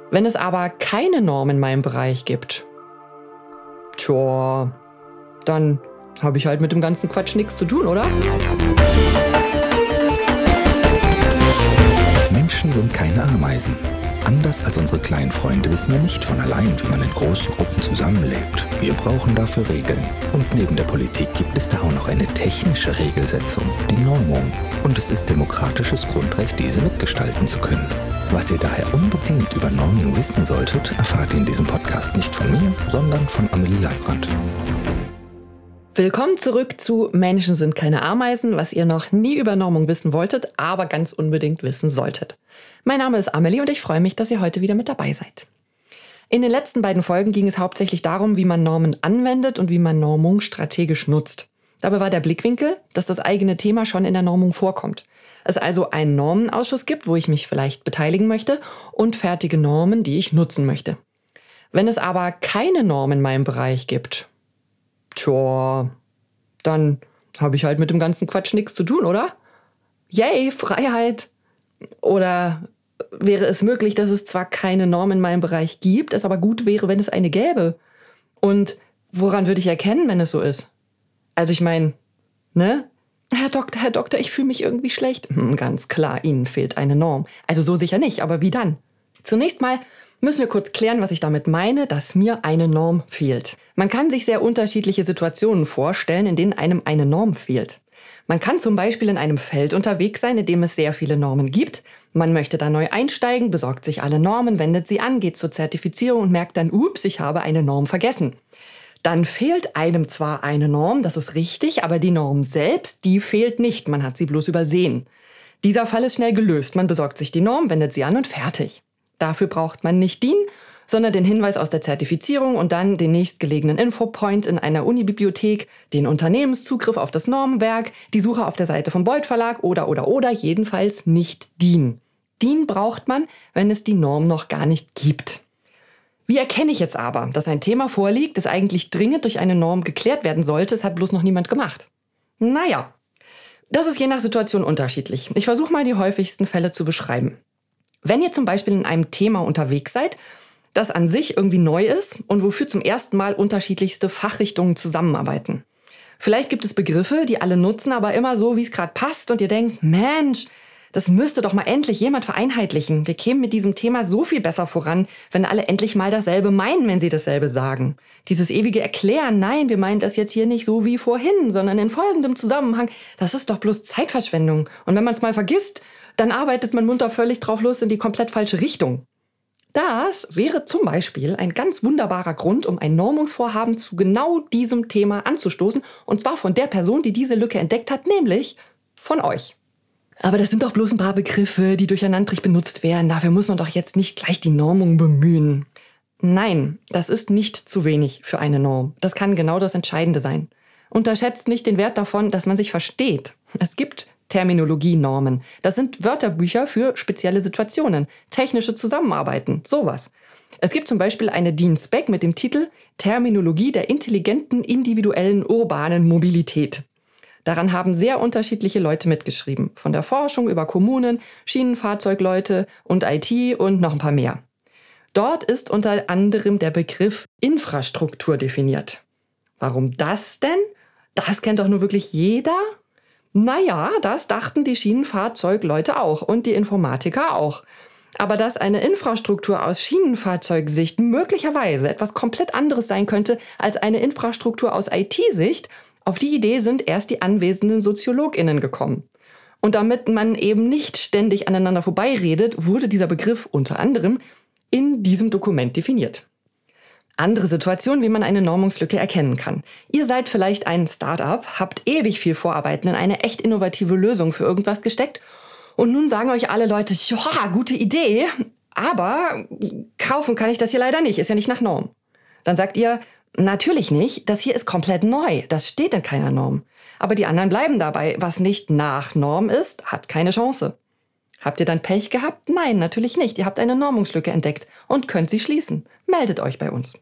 Wenn es aber keine Norm in meinem Bereich gibt, tja, dann habe ich halt mit dem ganzen Quatsch nichts zu tun, oder? Menschen sind keine Ameisen. Anders als unsere kleinen Freunde wissen wir nicht von allein, wie man in großen Gruppen zusammenlebt. Wir brauchen dafür Regeln. Und neben der Politik gibt es da auch noch eine technische Regelsetzung, die Normung. Und es ist demokratisches Grundrecht, diese mitgestalten zu können. Was ihr daher unbedingt über Normung wissen solltet, erfahrt ihr in diesem Podcast nicht von mir, sondern von Amelie Leibrand. Willkommen zurück zu Menschen sind keine Ameisen, was ihr noch nie über Normung wissen wolltet, aber ganz unbedingt wissen solltet. Mein Name ist Amelie und ich freue mich, dass ihr heute wieder mit dabei seid. In den letzten beiden Folgen ging es hauptsächlich darum, wie man Normen anwendet und wie man Normung strategisch nutzt. Dabei war der Blickwinkel, dass das eigene Thema schon in der Normung vorkommt. Es also einen Normenausschuss gibt, wo ich mich vielleicht beteiligen möchte, und fertige Normen, die ich nutzen möchte. Wenn es aber keine Norm in meinem Bereich gibt, tja, dann habe ich halt mit dem ganzen Quatsch nichts zu tun, oder? Yay, Freiheit! Oder wäre es möglich, dass es zwar keine Norm in meinem Bereich gibt, es aber gut wäre, wenn es eine gäbe? Und woran würde ich erkennen, wenn es so ist? Also ich meine, ne? Herr Doktor, ich fühle mich irgendwie schlecht. Ganz klar, Ihnen fehlt eine Norm. Also so sicher nicht, aber wie dann? Zunächst mal müssen wir kurz klären, was ich damit meine, dass mir eine Norm fehlt. Man kann sich sehr unterschiedliche Situationen vorstellen, in denen einem eine Norm fehlt. Man kann zum Beispiel in einem Feld unterwegs sein, in dem es sehr viele Normen gibt. Man möchte da neu einsteigen, besorgt sich alle Normen, wendet sie an, geht zur Zertifizierung und merkt dann, ups, ich habe eine Norm vergessen. Dann fehlt einem zwar eine Norm, das ist richtig, aber die Norm selbst, die fehlt nicht, man hat sie bloß übersehen. Dieser Fall ist schnell gelöst, man besorgt sich die Norm, wendet sie an und fertig. Dafür braucht man nicht DIN, sondern den Hinweis aus der Zertifizierung und dann den nächstgelegenen Infopoint in einer Unibibliothek, den Unternehmenszugriff auf das Normenwerk, die Suche auf der Seite vom Beuth Verlag oder, jedenfalls nicht DIN. DIN braucht man, wenn es die Norm noch gar nicht gibt. Wie erkenne ich jetzt aber, dass ein Thema vorliegt, das eigentlich dringend durch eine Norm geklärt werden sollte, es hat bloß noch niemand gemacht? Naja, das ist je nach Situation unterschiedlich. Ich versuche mal die häufigsten Fälle zu beschreiben. Wenn ihr zum Beispiel in einem Thema unterwegs seid, das an sich irgendwie neu ist und wofür zum ersten Mal unterschiedlichste Fachrichtungen zusammenarbeiten. Vielleicht gibt es Begriffe, die alle nutzen, aber immer so, wie es gerade passt und ihr denkt, Mensch, das müsste doch mal endlich jemand vereinheitlichen. Wir kämen mit diesem Thema so viel besser voran, wenn alle endlich mal dasselbe meinen, wenn sie dasselbe sagen. Dieses ewige Erklären, nein, wir meinen das jetzt hier nicht so wie vorhin, sondern in folgendem Zusammenhang, das ist doch bloß Zeitverschwendung. Und wenn man es mal vergisst, dann arbeitet man munter völlig drauf los in die komplett falsche Richtung. Das wäre zum Beispiel ein ganz wunderbarer Grund, um ein Normungsvorhaben zu genau diesem Thema anzustoßen, und zwar von der Person, die diese Lücke entdeckt hat, nämlich von euch. Aber das sind doch bloß ein paar Begriffe, die durcheinanderig benutzt werden. Dafür muss man doch jetzt nicht gleich die Normung bemühen. Nein, das ist nicht zu wenig für eine Norm. Das kann genau das Entscheidende sein. Unterschätzt nicht den Wert davon, dass man sich versteht. Es gibt Terminologienormen. Das sind Wörterbücher für spezielle Situationen, technische Zusammenarbeiten, sowas. Es gibt zum Beispiel eine DIN-Spec mit dem Titel Terminologie der intelligenten, individuellen, urbanen Mobilität. Daran haben sehr unterschiedliche Leute mitgeschrieben. Von der Forschung über Kommunen, Schienenfahrzeugleute und IT und noch ein paar mehr. Dort ist unter anderem der Begriff Infrastruktur definiert. Warum das denn? Das kennt doch nur wirklich jeder? Naja, das dachten die Schienenfahrzeugleute auch und die Informatiker auch. Aber dass eine Infrastruktur aus Schienenfahrzeugsicht möglicherweise etwas komplett anderes sein könnte als eine Infrastruktur aus IT-Sicht, auf die Idee sind erst die anwesenden SoziologInnen gekommen. Und damit man eben nicht ständig aneinander vorbeiredet, wurde dieser Begriff unter anderem in diesem Dokument definiert. Andere Situationen, wie man eine Normungslücke erkennen kann. Ihr seid vielleicht ein Start-up, habt ewig viel Vorarbeiten in eine echt innovative Lösung für irgendwas gesteckt und nun sagen euch alle Leute, ja, gute Idee, aber kaufen kann ich das hier leider nicht, ist ja nicht nach Norm. Dann sagt ihr, natürlich nicht, das hier ist komplett neu, das steht in keiner Norm. Aber die anderen bleiben dabei, was nicht nach Norm ist, hat keine Chance. Habt ihr dann Pech gehabt? Nein, natürlich nicht. Ihr habt eine Normungslücke entdeckt und könnt sie schließen. Meldet euch bei uns.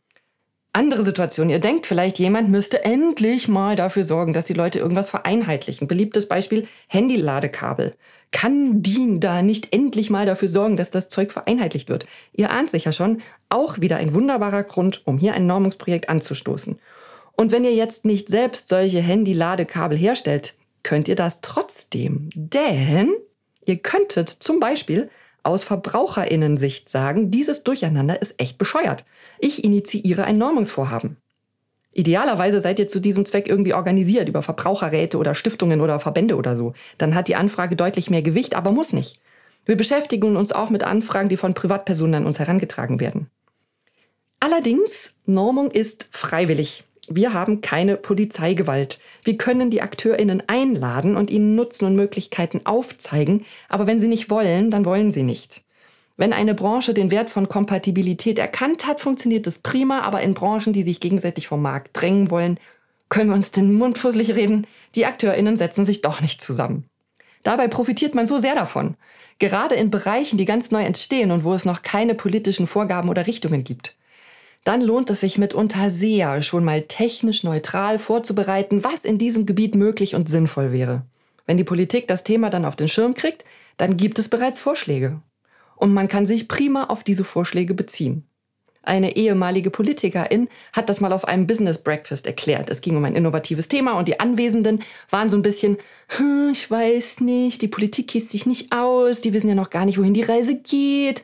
Andere Situation, ihr denkt vielleicht, jemand müsste endlich mal dafür sorgen, dass die Leute irgendwas vereinheitlichen. Beliebtes Beispiel, Handyladekabel. kann DIN da nicht endlich mal dafür sorgen, dass das Zeug vereinheitlicht wird? Ihr ahnt sicher schon, auch wieder ein wunderbarer Grund, um hier ein Normungsprojekt anzustoßen. Und wenn ihr jetzt nicht selbst solche Handy-Ladekabel herstellt, könnt ihr das trotzdem. Denn ihr könntet zum Beispiel aus VerbraucherInnen-Sicht sagen, dieses Durcheinander ist echt bescheuert. Ich initiiere ein Normungsvorhaben. Idealerweise seid ihr zu diesem Zweck irgendwie organisiert über Verbraucherräte oder Stiftungen oder Verbände oder so. Dann hat die Anfrage deutlich mehr Gewicht, aber muss nicht. Wir beschäftigen uns auch mit Anfragen, die von Privatpersonen an uns herangetragen werden. Allerdings, Normung ist freiwillig. Wir haben keine Polizeigewalt. Wir können die AkteurInnen einladen und ihnen Nutzen und Möglichkeiten aufzeigen, aber wenn sie nicht wollen, dann wollen sie nicht. Wenn eine Branche den Wert von Kompatibilität erkannt hat, funktioniert das prima, aber in Branchen, die sich gegenseitig vom Markt drängen wollen, können wir uns den Mund fusselig reden, die AkteurInnen setzen sich doch nicht zusammen. Dabei profitiert man so sehr davon. Gerade in Bereichen, die ganz neu entstehen und wo es noch keine politischen Vorgaben oder Richtungen gibt. Dann lohnt es sich mitunter sehr, schon mal technisch neutral vorzubereiten, was in diesem Gebiet möglich und sinnvoll wäre. Wenn die Politik das Thema dann auf den Schirm kriegt, dann gibt es bereits Vorschläge. Und man kann sich prima auf diese Vorschläge beziehen. Eine ehemalige Politikerin hat das mal auf einem Business Breakfast erklärt. Es ging um ein innovatives Thema und die Anwesenden waren so ein bisschen, ich weiß nicht, die Politik kennt sich nicht aus, die wissen ja noch gar nicht, wohin die Reise geht.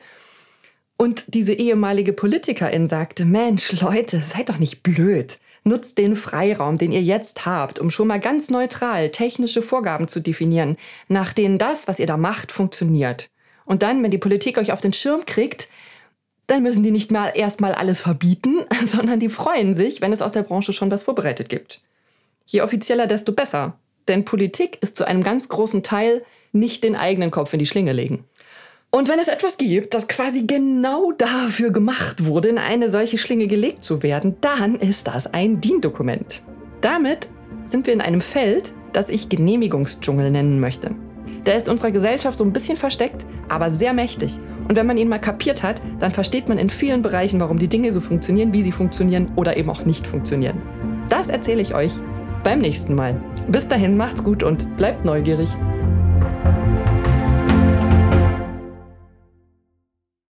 Und diese ehemalige Politikerin sagte, Mensch, Leute, seid doch nicht blöd. Nutzt den Freiraum, den ihr jetzt habt, um schon mal ganz neutral technische Vorgaben zu definieren, nach denen das, was ihr da macht, funktioniert. Und dann, wenn die Politik euch auf den Schirm kriegt, dann müssen die nicht mal erstmal alles verbieten, sondern die freuen sich, wenn es aus der Branche schon was vorbereitet gibt. Je offizieller, desto besser. Denn Politik ist zu einem ganz großen Teil nicht den eigenen Kopf in die Schlinge legen. Und wenn es etwas gibt, das quasi genau dafür gemacht wurde, in eine solche Schlinge gelegt zu werden, dann ist das ein DIN-Dokument. Damit sind wir in einem Feld, das ich Genehmigungsdschungel nennen möchte. Der ist unserer Gesellschaft so ein bisschen versteckt, aber sehr mächtig. Und wenn man ihn mal kapiert hat, dann versteht man in vielen Bereichen, warum die Dinge so funktionieren, wie sie funktionieren oder eben auch nicht funktionieren. Das erzähle ich euch beim nächsten Mal. Bis dahin, macht's gut und bleibt neugierig.